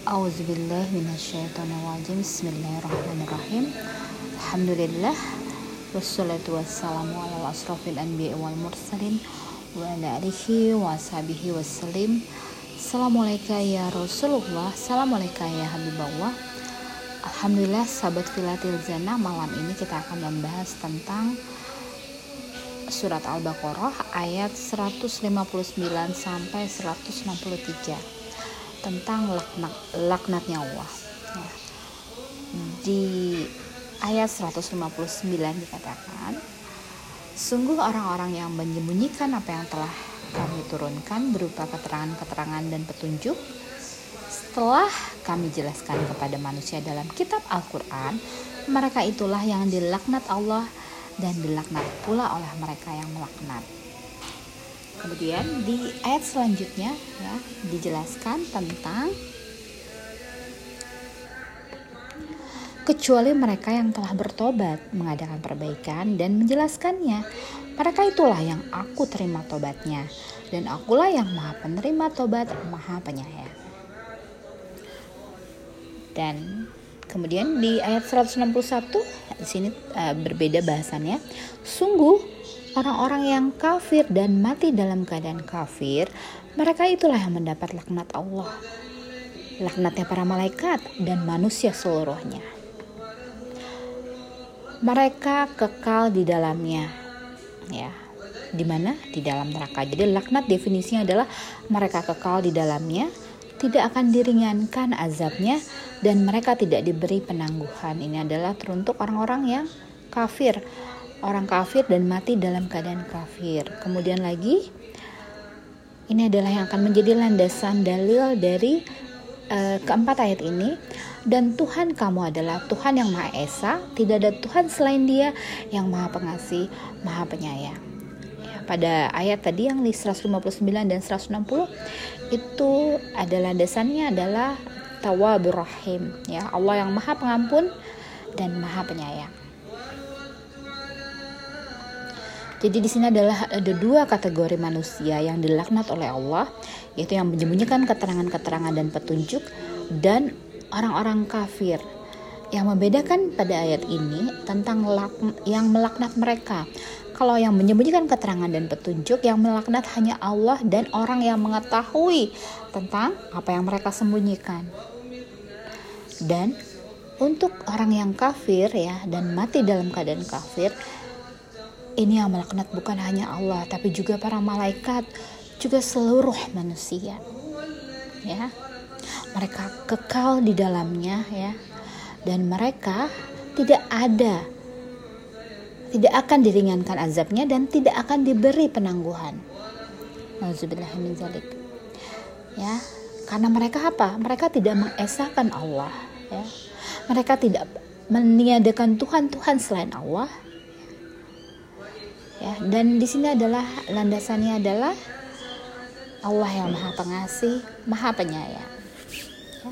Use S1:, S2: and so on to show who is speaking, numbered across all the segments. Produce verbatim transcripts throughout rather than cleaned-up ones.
S1: A'udzubillahi minasyaitonirrajim. Bismillahirrahmanirrahim. Alhamdulillah wassalatu wassalamu ala asrofil anbiya wal mursalin wa ala alihi wa ashabihi wassalim. Assalamualaikum ya Rasulullah, assalamualaikum ya Habibullah. Alhamdulillah sahabat Filatil Zana, malam ini kita akan membahas tentang surat Al-Baqarah ayat seratus lima puluh sembilan sampai seratus enam puluh tiga tentang laknat, laknatnya Allah. Ya. Di ayat seratus lima puluh sembilan dikatakan, sungguh orang-orang yang menyembunyikan apa yang telah kami turunkan berupa keterangan-keterangan dan petunjuk setelah kami jelaskan kepada manusia dalam kitab Al-Quran, mereka itulah yang dilaknat Allah dan dilaknat pula oleh mereka yang melaknat. Kemudian di ayat selanjutnya ya dijelaskan tentang kecuali mereka yang telah bertobat, mengadakan perbaikan dan menjelaskannya, mereka itulah yang aku terima tobatnya, dan akulah yang maha penerima tobat, maha penyayang. Dan kemudian di ayat seratus enam puluh satu di sini uh, berbeda bahasannya. Sungguh orang-orang yang kafir dan mati dalam keadaan kafir, mereka itulah yang mendapat laknat Allah, laknatnya para malaikat dan manusia seluruhnya. Mereka kekal di dalamnya, ya, di mana? Di dalam neraka. Jadi laknat definisinya adalah mereka kekal di dalamnya, tidak akan diringankan azabnya, dan mereka tidak diberi penangguhan. Ini adalah teruntuk orang-orang yang kafir. Orang kafir dan mati dalam keadaan kafir. Kemudian lagi, ini adalah yang akan menjadi landasan dalil dari uh, keempat ayat ini. Dan Tuhan kamu adalah Tuhan yang Maha Esa, tidak ada Tuhan selain Dia yang Maha Pengasih, Maha Penyayang. Ya, pada ayat tadi yang di seratus lima puluh sembilan dan seratus enam puluh itu adalah landasannya adalah Tawwabur Rahim, ya, Allah yang Maha Pengampun dan Maha Penyayang. Jadi di sini adalah ada dua kategori manusia yang dilaknat oleh Allah, yaitu yang menyembunyikan keterangan-keterangan dan petunjuk, dan orang-orang kafir. Yang membedakan pada ayat ini tentang lak- yang melaknat mereka. Kalau yang menyembunyikan keterangan dan petunjuk, yang melaknat hanya Allah dan orang yang mengetahui tentang apa yang mereka sembunyikan. Dan untuk orang yang kafir ya dan mati dalam keadaan kafir, ini yang melaknat bukan hanya Allah, tapi juga para malaikat, juga seluruh manusia. Ya, mereka kekal di dalamnya, ya, dan mereka tidak ada, tidak akan diringankan azabnya dan tidak akan diberi penangguhan. Nauzubillah min dzalik. Ya, karena mereka apa? Mereka tidak mengesahkan Allah. Ya, mereka tidak meniadakan Tuhan-Tuhan selain Allah. Ya, dan di sini adalah landasannya adalah Allah yang Maha Pengasih, Maha Penyayang. Ya.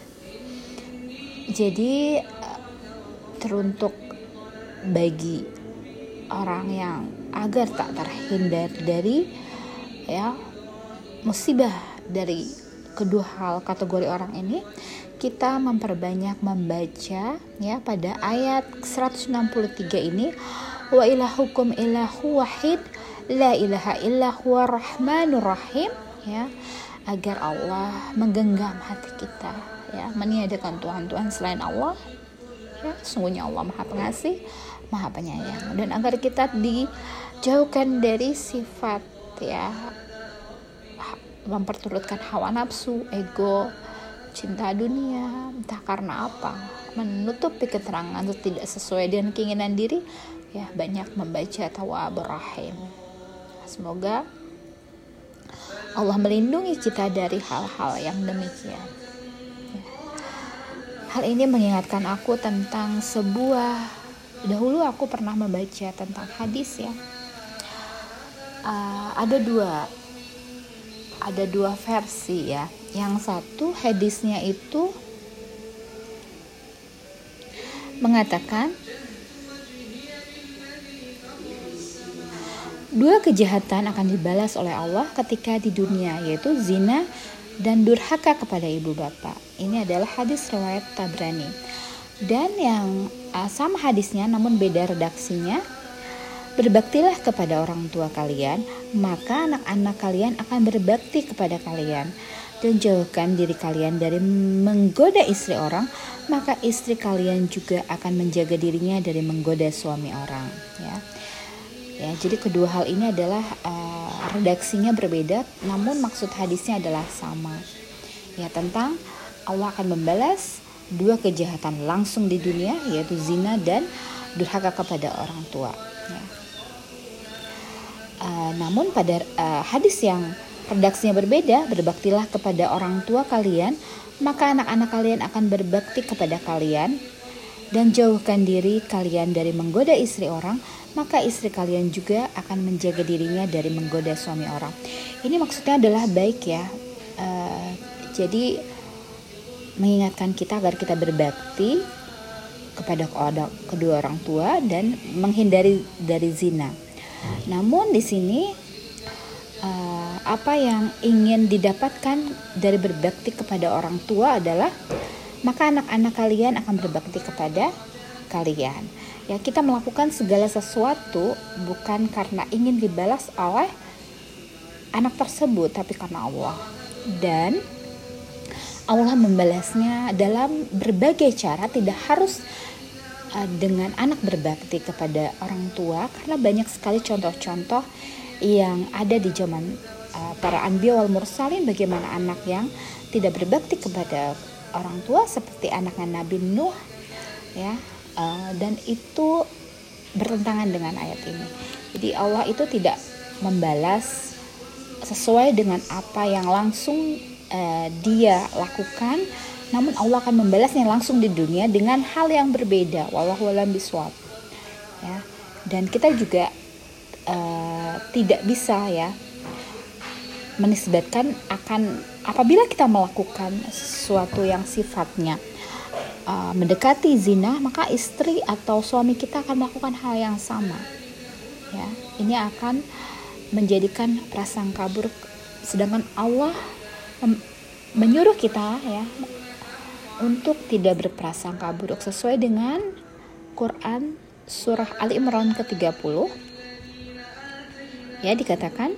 S1: Jadi teruntuk bagi orang yang agar tak terhindar dari ya musibah dari kedua hal kategori orang ini, kita memperbanyak membaca ya pada ayat seratus enam puluh tiga ini, wa ilahukum ilahu wahid la ilaha illa huwa rahmanur rahim, ya, agar Allah menggenggam hati kita, ya, meniadakan Tuhan-Tuhan selain Allah, ya, sungguhnya Allah Maha Pengasih, Maha Penyayang, dan agar kita dijauhkan dari sifat ya memperturutkan hawa nafsu, ego, cinta dunia, entah karena apa, menutupi keterangan itu tidak sesuai dengan keinginan diri. Ya, banyak membaca Tawwabur Rahim. Semoga Allah melindungi kita dari hal-hal yang demikian. Ya. Hal ini mengingatkan aku tentang sebuah, dahulu aku pernah membaca tentang hadis ya. Uh, ada dua, ada dua versi ya. Yang satu hadisnya itu mengatakan dua kejahatan akan dibalas oleh Allah ketika di dunia, yaitu zina dan durhaka kepada ibu bapak. Ini adalah hadis riwayat Tabrani. Dan yang uh, sama hadisnya namun beda redaksinya. Berbaktilah kepada orang tua kalian, maka anak-anak kalian akan berbakti kepada kalian. Dan jauhkan diri kalian dari menggoda istri orang, maka istri kalian juga akan menjaga dirinya dari menggoda suami orang. Ya, ya jadi kedua hal ini adalah uh, redaksinya berbeda, namun maksud hadisnya adalah sama. Ya, tentang Allah akan membalas dua kejahatan langsung di dunia, yaitu zina dan durhaka kepada orang tua. Ya. Uh, namun pada uh, hadis yang redaksinya berbeda, berbaktilah kepada orang tua kalian, maka anak-anak kalian akan berbakti kepada kalian, dan jauhkan diri kalian dari menggoda istri orang, maka istri kalian juga akan menjaga dirinya dari menggoda suami orang. Ini maksudnya adalah baik ya, uh, jadi mengingatkan kita agar kita berbakti kepada kedua orang tua dan menghindari dari zina. Namun di sini uh, apa yang ingin didapatkan dari berbakti kepada orang tua adalah maka anak-anak kalian akan berbakti kepada kalian. Ya, kita melakukan segala sesuatu bukan karena ingin dibalas oleh anak tersebut, tapi karena Allah. Dan Allah membalasnya dalam berbagai cara, tidak harus dengan anak berbakti kepada orang tua, karena banyak sekali contoh-contoh yang ada di zaman uh, para anbiya wal mursalin, bagaimana anak yang tidak berbakti kepada orang tua seperti anaknya Nabi Nuh ya, uh, dan itu bertentangan dengan ayat ini. Jadi Allah itu tidak membalas sesuai dengan apa yang langsung uh, dia lakukan, namun Allah akan membalasnya langsung di dunia dengan hal yang berbeda. Wallahu a'lam bishawab. Ya, dan kita juga uh, tidak bisa ya menisbatkan akan apabila kita melakukan sesuatu yang sifatnya uh, mendekati zina, maka istri atau suami kita akan melakukan hal yang sama. Ya, ini akan menjadikan prasangka buruk, sedangkan Allah mem- menyuruh kita ya untuk tidak berprasangka buruk sesuai dengan Quran surah Ali Imran ke tiga puluh. Ya, dikatakan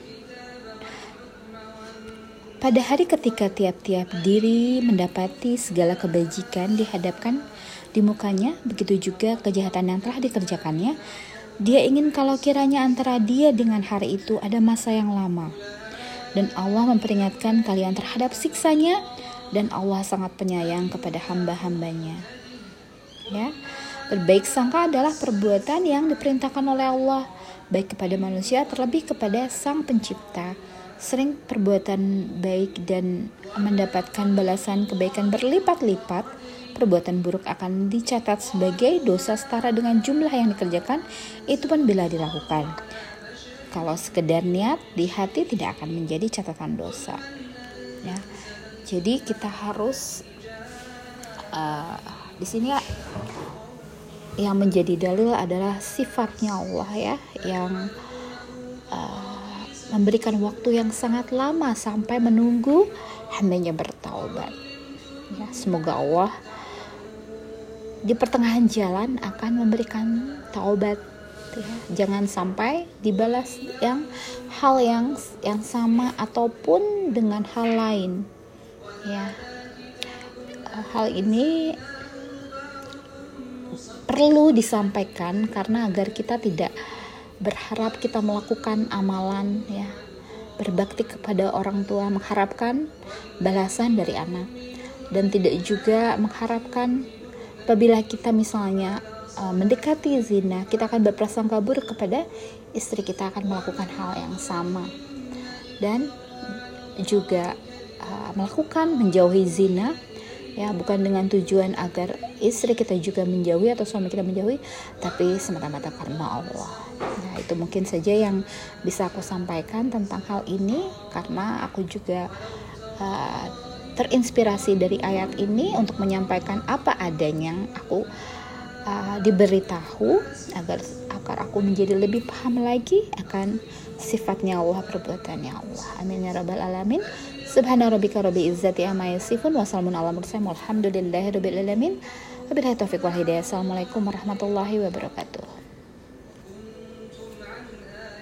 S1: pada hari ketika tiap-tiap diri mendapati segala kebajikan dihadapkan di mukanya, begitu juga kejahatan yang telah dikerjakannya, dia ingin kalau kiranya antara dia dengan hari itu ada masa yang lama. Dan Allah memperingatkan kalian terhadap siksanya, dan Allah sangat penyayang kepada hamba-hambanya. Ya, berbaik sangka adalah perbuatan yang diperintahkan oleh Allah, baik kepada manusia terlebih kepada Sang Pencipta. Sering perbuatan baik dan mendapatkan balasan kebaikan berlipat-lipat, perbuatan buruk akan dicatat sebagai dosa setara dengan jumlah yang dikerjakan, itu pun bila dilakukan. Kalau sekedar niat di hati tidak akan menjadi catatan dosa. Ya. Jadi kita harus uh, di sini ya, yang menjadi dalil adalah sifatnya Allah ya, yang uh, memberikan waktu yang sangat lama sampai menunggu hambanya bertaubat. Ya, semoga Allah di pertengahan jalan akan memberikan taubat. Ya, jangan sampai dibalas yang hal yang yang sama ataupun dengan hal lain. Ya, hal ini perlu disampaikan karena agar kita tidak berharap kita melakukan amalan ya, berbakti kepada orang tua mengharapkan balasan dari anak, dan tidak juga mengharapkan apabila kita misalnya uh, mendekati zina, kita akan berprasangka buruk kepada istri kita akan melakukan hal yang sama, dan juga uh, melakukan menjauhi zina ya, bukan dengan tujuan agar istri kita juga menjauhi atau suami kita menjauhi, tapi semata-mata karena Allah. Nah, itu mungkin saja yang bisa aku sampaikan tentang hal ini, karena aku juga uh, terinspirasi dari ayat ini untuk menyampaikan apa adanya yang aku uh, diberitahu agar agar aku menjadi lebih paham lagi akan sifatnya Allah, perbuatannya Allah. Amin ya rabbal alamin. Subhana rabbika rabbil izzati amma yasifun wa salamun alal mursalin walhamdulillahi rabbil alamin. Wabillahi taufiq wal hidayah. Assalamualaikum warahmatullahi wabarakatuh.